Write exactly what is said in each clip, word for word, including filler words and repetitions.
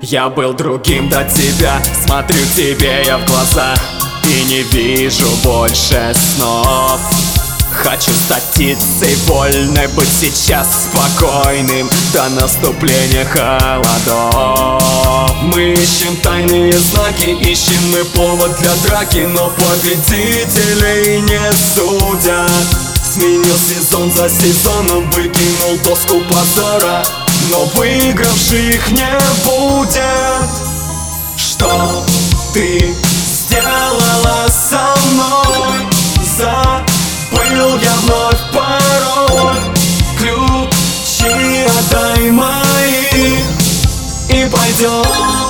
Я был другим до тебя, смотрю тебе я в глаза и не вижу больше снов. Хочу стать птицей вольной, быть сейчас спокойным до наступления холодов. Мы ищем тайные знаки, ищем мы повод для драки, но победителей не судят. Сменил сезон за сезоном, выкинул доску позора, но выигравших не будет. Что ты сделала со мной? Забыл я вновь пароль. Ключи отдай мои и пойдем.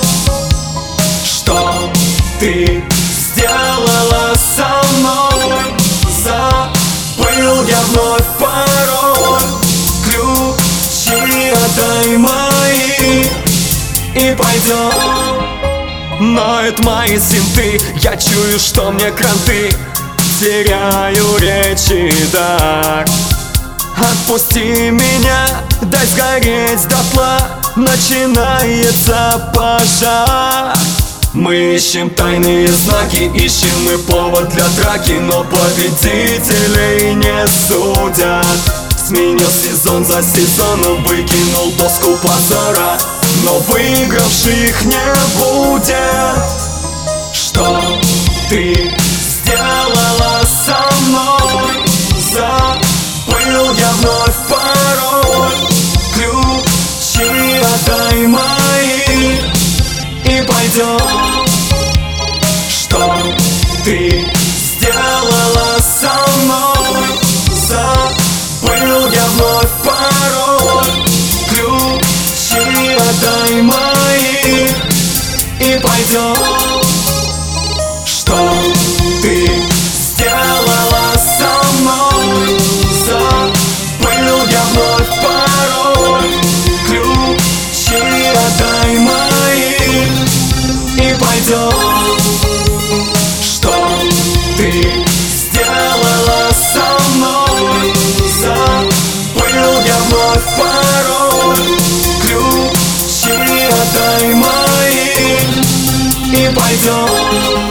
Что ты сделала со мной? Забыл я вновь пароль. Ключи отдай мои и пойдем. Ноют мои синты, я чую, что мне кранты. Теряю речи, да. Отпусти меня, дай сгореть дотла. Начинается пожар. Мы ищем тайные знаки, ищем мы повод для драки, но победителей не судят. Сменил сезон за сезоном, выкинул доску позора, но выигравших не будет. Что ты сделала со мной? Забыл я вновь пароль. Ключи отдай мои и пойдем. Что ты сделала со мной? Забыл я вновь пароль. Ключи отдай мои и пойдем. Что ты сделала со мной? Забыл я вновь пароль. Ключи отдай мои и пойдем. Что ты сделала со мной? Забыл я вновь пароль. Ключи отдай мои и пойдем.